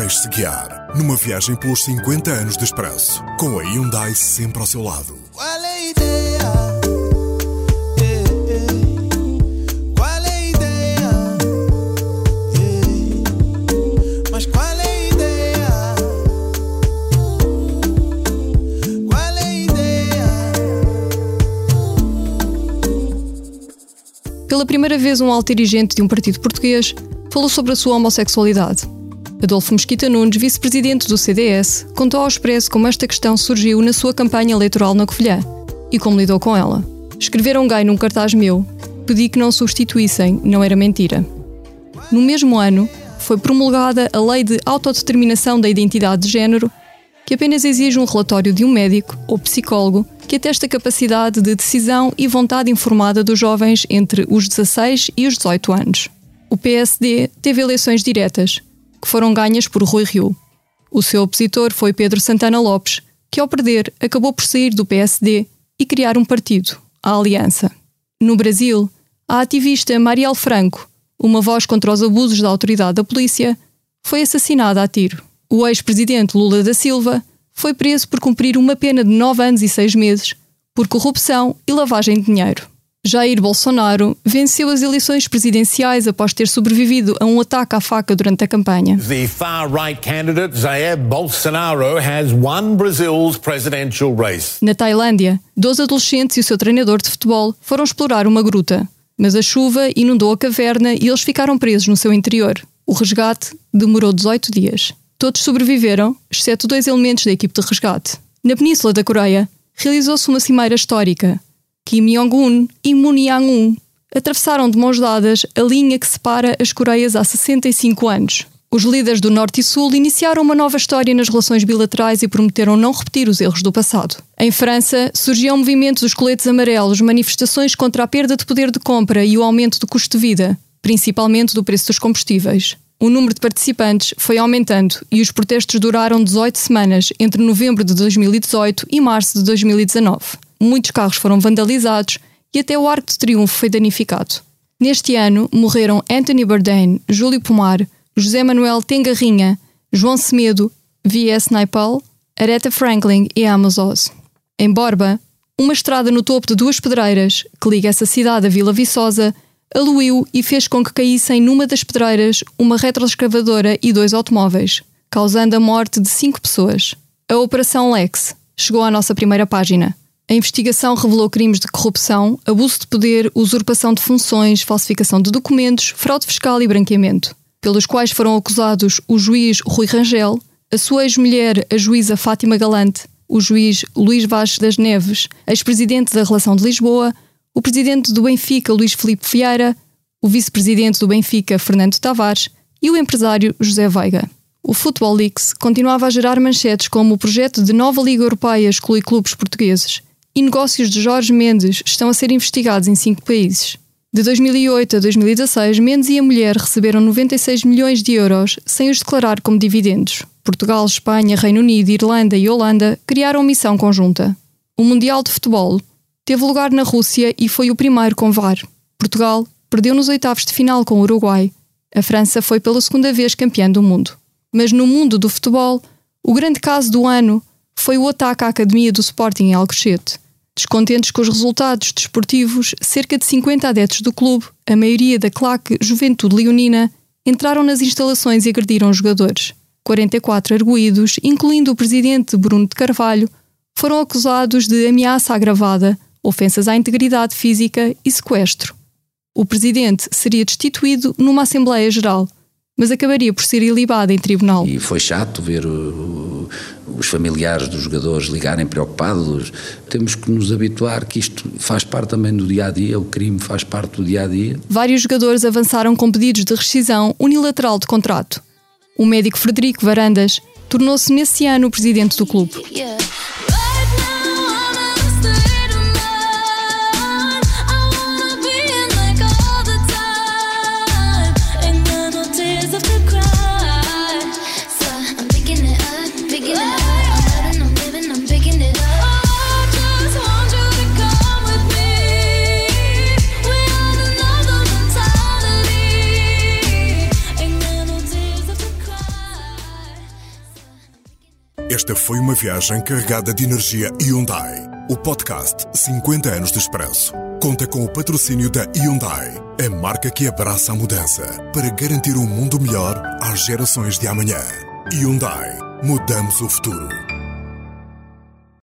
Deixe-se guiar numa viagem pelos 50 anos de Expresso, com a Hyundai sempre ao seu lado. Qual é a ideia? Qual é a ideia? Mas qual é a ideia? Qual é a ideia? Pela primeira vez, um alto dirigente de um partido português falou sobre a sua homossexualidade. Adolfo Mesquita Nunes, vice-presidente do CDS, contou ao Expresso como esta questão surgiu na sua campanha eleitoral na Covilhã e como lidou com ela. Escreveram gay num cartaz meu, pedi que não substituíssem, não era mentira. No mesmo ano, foi promulgada a Lei de Autodeterminação da Identidade de Género, que apenas exige um relatório de um médico ou psicólogo que atesta a capacidade de decisão e vontade informada dos jovens entre os 16 e os 18 anos. O PSD teve eleições diretas, que foram ganhas por Rui Rio. O seu opositor foi Pedro Santana Lopes, que ao perder acabou por sair do PSD e criar um partido, a Aliança. No Brasil, a ativista Marielle Franco, uma voz contra os abusos da autoridade da polícia, foi assassinada a tiro. O ex-presidente Lula da Silva foi preso por cumprir uma pena de 9 anos e 6 meses por corrupção e lavagem de dinheiro. Jair Bolsonaro venceu as eleições presidenciais após ter sobrevivido a um ataque à faca durante a campanha. The far-right candidate Jair Bolsonaro has won Brazil's presidential race. Na Tailândia, 12 adolescentes e o seu treinador de futebol foram explorar uma gruta, mas a chuva inundou a caverna e eles ficaram presos no seu interior. O resgate demorou 18 dias. Todos sobreviveram, exceto 2 elementos da equipe de resgate. Na Península da Coreia, realizou-se uma cimeira histórica. Kim Jong-un e Moon Jae-in atravessaram de mãos dadas a linha que separa as Coreias há 65 anos. Os líderes do Norte e Sul iniciaram uma nova história nas relações bilaterais e prometeram não repetir os erros do passado. Em França, surgiu o movimento dos coletes amarelos, manifestações contra a perda de poder de compra e o aumento do custo de vida, principalmente do preço dos combustíveis. O número de participantes foi aumentando e os protestos duraram 18 semanas entre novembro de 2018 e março de 2019. Muitos carros foram vandalizados e até o Arco de Triunfo foi danificado. Neste ano, morreram Anthony Bourdain, Júlio Pomar, José Manuel Tengarrinha, João Semedo, V.S. Naipaul, Aretha Franklin e Amos Oz. Em Borba, uma estrada no topo de 2 pedreiras, que liga essa cidade à Vila Viçosa, aluiu e fez com que caíssem numa das pedreiras uma retroescavadora e 2 automóveis, causando a morte de 5 pessoas. A Operação Lex chegou à nossa primeira página. A investigação revelou crimes de corrupção, abuso de poder, usurpação de funções, falsificação de documentos, fraude fiscal e branqueamento, pelos quais foram acusados o juiz Rui Rangel, a sua ex-mulher, a juíza Fátima Galante, o juiz Luís Vaz das Neves, ex-presidente da Relação de Lisboa, o presidente do Benfica, Luís Filipe Vieira, o vice-presidente do Benfica, Fernando Tavares, e o empresário José Veiga. O Football Leaks continuava a gerar manchetes como o projeto de nova Liga Europeia exclui clubes portugueses e negócios de Jorge Mendes estão a ser investigados em 5 países. De 2008 a 2016, Mendes e a mulher receberam 96 milhões de euros sem os declarar como dividendos. Portugal, Espanha, Reino Unido, Irlanda e Holanda criaram missão conjunta. O Mundial de Futebol teve lugar na Rússia e foi o primeiro com VAR. Portugal perdeu nos oitavos de final com o Uruguai. A França foi pela 2ª vez campeã do mundo. Mas no mundo do futebol, o grande caso do ano foi o ataque à academia do Sporting em Alcochete. Descontentes com os resultados desportivos, cerca de 50 adeptos do clube, a maioria da claque Juventude Leonina, entraram nas instalações e agrediram os jogadores. 44 arguidos, incluindo o presidente Bruno de Carvalho, foram acusados de ameaça agravada, ofensas à integridade física e sequestro. O presidente seria destituído numa Assembleia Geral, mas acabaria por ser ilibado em tribunal. E foi chato ver os familiares dos jogadores ligarem preocupados. Temos que nos habituar que isto faz parte também do dia-a-dia, o crime faz parte do dia-a-dia. Vários jogadores avançaram com pedidos de rescisão unilateral de contrato. O médico Frederico Varandas tornou-se nesse ano o presidente do clube. Esta foi uma viagem carregada de energia Hyundai. O podcast 50 anos de Expresso conta com o patrocínio da Hyundai, a marca que abraça a mudança para garantir um mundo melhor às gerações de amanhã. Hyundai. Mudamos o futuro.